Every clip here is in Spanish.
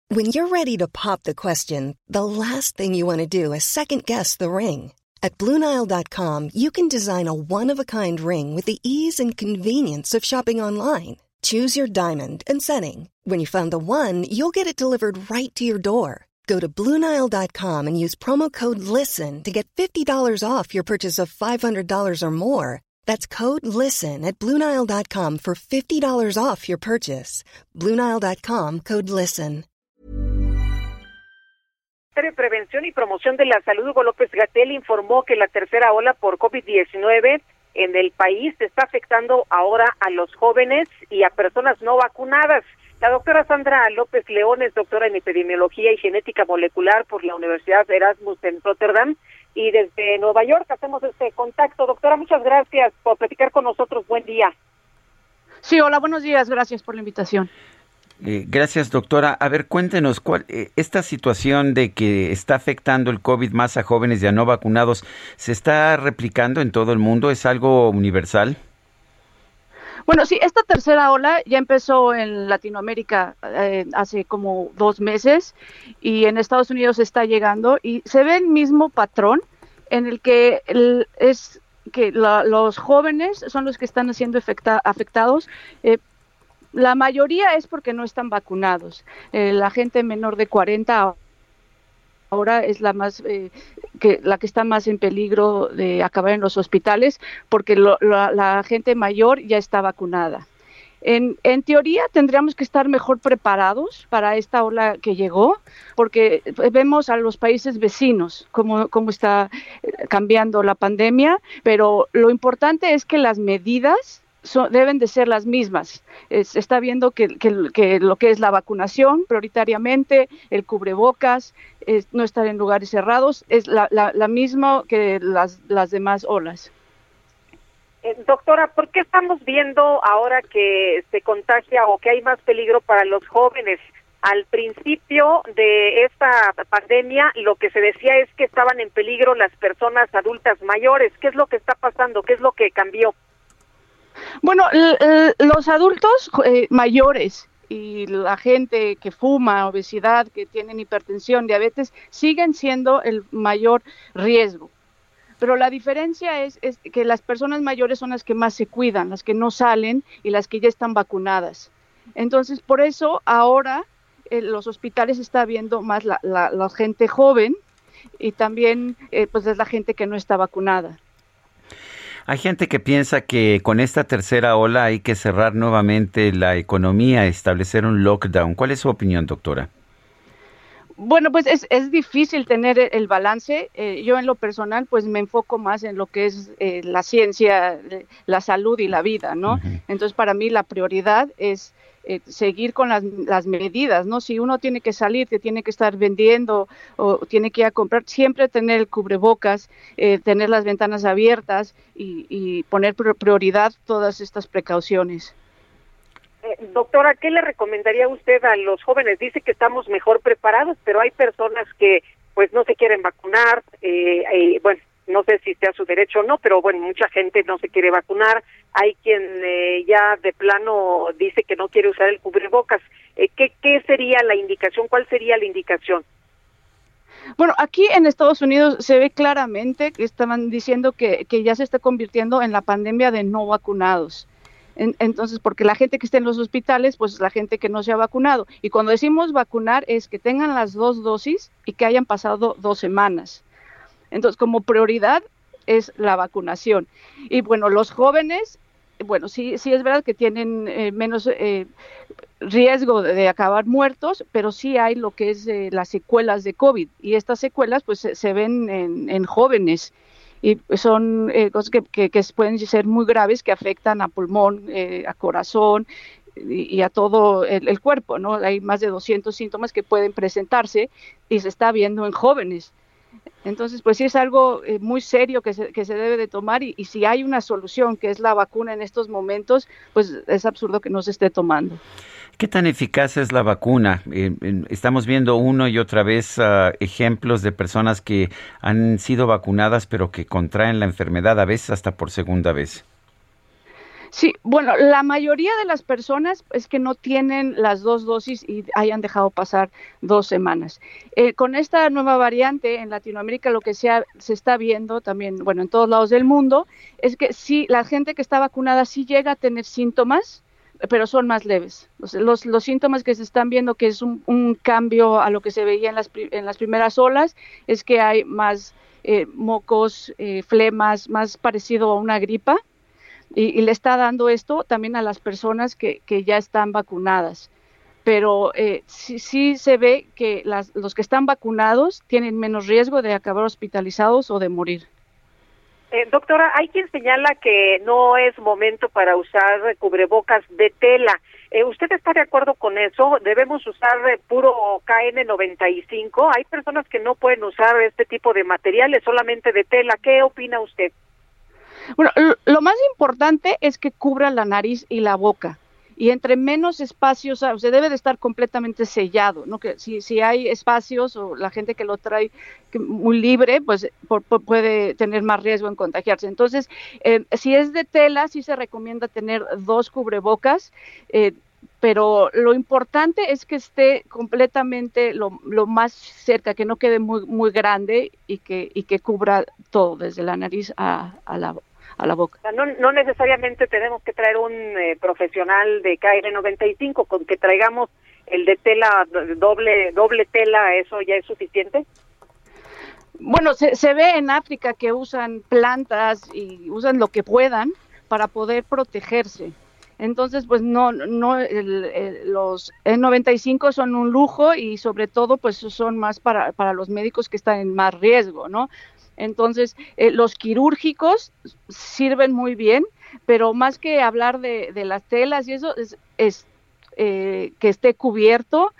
When you're ready to pop the question, the last thing you want to do is second-guess the ring. At BlueNile.com, you can design a one-of-a-kind ring with the ease and convenience of shopping online. Choose your diamond and setting. When you find the one, you'll get it delivered right to your door. Go to BlueNile.com and use promo code LISTEN to get $50 off your purchase of $500 or more. That's code LISTEN at BlueNile.com for $50 off your purchase. BlueNile.com, code LISTEN. De Prevención y Promoción de la Salud, Hugo López-Gatell, informó que la tercera ola por COVID-19 en el país está afectando ahora a los jóvenes y a personas no vacunadas. La doctora Sandra López León es doctora en Epidemiología y Genética Molecular por la Universidad Erasmus en Rotterdam, y desde Nueva York hacemos este contacto. Doctora, muchas gracias por platicar con nosotros. Buen día. Sí, hola, buenos días. Gracias por la invitación. Gracias, doctora. A ver, cuéntenos, esta situación de que está afectando el COVID más a jóvenes y a no vacunados, ¿se está replicando en todo el mundo? ¿Es algo universal? Bueno, sí, esta tercera ola ya empezó en Latinoamérica hace como 2 meses, y en Estados Unidos está llegando, y se ve el mismo patrón en el que los jóvenes son los que están siendo afectados. La mayoría es porque no están vacunados. La gente menor de 40 ahora es la que está más en peligro de acabar en los hospitales, porque la gente mayor ya está vacunada. En teoría tendríamos que estar mejor preparados para esta ola que llegó, porque vemos a los países vecinos cómo está cambiando la pandemia, pero lo importante es que las medidas deben de ser las mismas. Se está viendo que lo que es la vacunación prioritariamente, el cubrebocas, no estar en lugares cerrados, es la misma que las demás olas. Doctora, ¿por qué estamos viendo ahora que se contagia o que hay más peligro para los jóvenes? Al principio de esta pandemia, lo que se decía es que estaban en peligro las personas adultas mayores. ¿Qué es lo que está pasando? ¿Qué es lo que cambió? Bueno, los adultos mayores y la gente que fuma, obesidad, que tienen hipertensión, diabetes, siguen siendo el mayor riesgo. Pero la diferencia es que las personas mayores son las que más se cuidan, las que no salen y las que ya están vacunadas. Entonces, por eso ahora los hospitales está viendo más la gente joven, y también pues es la gente que no está vacunada. Hay gente que piensa que con esta tercera ola hay que cerrar nuevamente la economía, establecer un lockdown. ¿Cuál es su opinión, doctora? Bueno, pues es difícil tener el balance. Yo en lo personal pues me enfoco más en lo que es la ciencia, la salud y la vida, ¿no? Uh-huh. Entonces para mí la prioridad es seguir con las medidas, ¿no? Si uno tiene que salir, que tiene que estar vendiendo o tiene que ir a comprar, siempre tener el cubrebocas, tener las ventanas abiertas y poner prioridad todas estas precauciones. Doctora, ¿qué le recomendaría usted a los jóvenes? Dice que estamos mejor preparados, pero hay personas que pues no se quieren vacunar, bueno, no sé si sea su derecho o no, pero bueno, mucha gente no se quiere vacunar. Hay quien ya de plano dice que no quiere usar el cubrebocas. ¿Qué sería la indicación? ¿Cuál sería la indicación? Bueno, aquí en Estados Unidos se ve claramente que estaban diciendo que ya se está convirtiendo en la pandemia de no vacunados. Entonces, porque la gente que está en los hospitales, pues la gente que no se ha vacunado. Y cuando decimos vacunar es que tengan las 2 dosis y que hayan pasado 2 semanas. Entonces, como prioridad es la vacunación. Y bueno, los jóvenes, bueno, sí es verdad que tienen menos riesgo de acabar muertos, pero sí hay lo que es las secuelas de COVID. Y estas secuelas pues se ven en jóvenes. Y son cosas que pueden ser muy graves, que afectan a pulmón, a corazón y a todo el cuerpo, ¿no? Hay más de 200 síntomas que pueden presentarse y se está viendo en jóvenes. Entonces, pues sí es algo muy serio que se debe de tomar, y si hay una solución que es la vacuna en estos momentos, pues es absurdo que no se esté tomando. ¿Qué tan eficaz es la vacuna? Estamos viendo una y otra vez ejemplos de personas que han sido vacunadas pero que contraen la enfermedad, a veces hasta por segunda vez. Sí, bueno, la mayoría de las personas es que no tienen las 2 dosis y hayan dejado pasar 2 semanas. Con esta nueva variante en Latinoamérica lo que se está viendo también, bueno, en todos lados del mundo, es que sí, la gente que está vacunada sí llega a tener síntomas, pero son más leves. Los síntomas que se están viendo, que es un cambio a lo que se veía en las primeras olas, es que hay más mocos, flemas, más parecido a una gripa. Y le está dando esto también a las personas que ya están vacunadas. Pero sí se ve que los que están vacunados tienen menos riesgo de acabar hospitalizados o de morir. Doctora, hay quien señala que no es momento para usar cubrebocas de tela. ¿Usted está de acuerdo con eso? ¿Debemos usar puro KN95? Hay personas que no pueden usar este tipo de materiales, solamente de tela. ¿Qué opina usted? Bueno, lo más importante es que cubra la nariz y la boca. Y entre menos espacios, o sea, debe de estar completamente sellado, ¿no? Que si hay espacios o la gente que lo trae muy libre, pues puede tener más riesgo en contagiarse. Entonces, si es de tela, sí se recomienda tener 2 cubrebocas, pero lo importante es que esté completamente lo más cerca, que no quede muy grande y que cubra todo, desde la nariz a la boca. O sea, no necesariamente tenemos que traer un profesional de KN95, con que traigamos el de tela, doble tela, ¿eso ya es suficiente? Bueno, se ve en África que usan plantas y usan lo que puedan para poder protegerse. Entonces, pues los N95 son un lujo y sobre todo, pues son más para los médicos que están en más riesgo, ¿no? Entonces, los quirúrgicos sirven muy bien, pero más que hablar de las telas y eso, es que esté cubierto,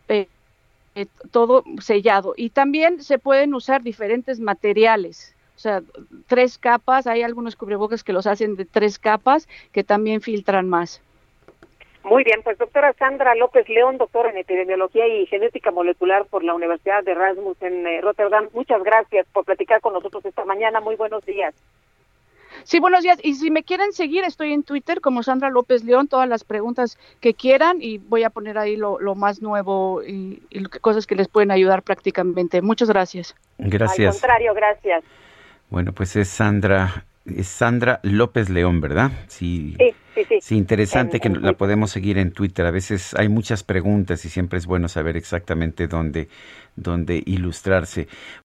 todo sellado. Y también se pueden usar diferentes materiales, o sea, 3 capas, hay algunos cubrebocas que los hacen de 3 capas, que también filtran más. Muy bien, pues doctora Sandra López León, doctora en epidemiología y genética molecular por la Universidad de Erasmus en Rotterdam, muchas gracias por platicar con nosotros esta mañana, muy buenos días. Sí, buenos días, y si me quieren seguir, estoy en Twitter como Sandra López León, todas las preguntas que quieran, y voy a poner ahí lo más nuevo y cosas que les pueden ayudar prácticamente. Muchas gracias. Gracias. Al contrario, gracias. Bueno, pues es Sandra López León, ¿verdad? Sí. Sí, interesante que la podemos seguir en Twitter. A veces hay muchas preguntas y siempre es bueno saber exactamente dónde ilustrarse.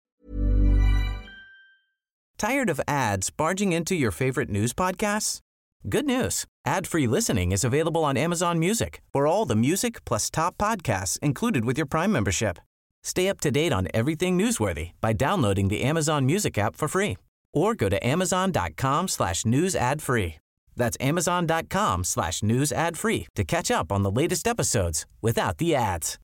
Tired of ads barging into your favorite news podcasts? Good news. Ad-free listening is available on Amazon Music for all the music plus top podcasts included with your Prime membership. Stay up to date on everything newsworthy by downloading the Amazon Music app for free or go to amazon.com/news ad free. That's amazon.com/news ad free to catch up on the latest episodes without the ads.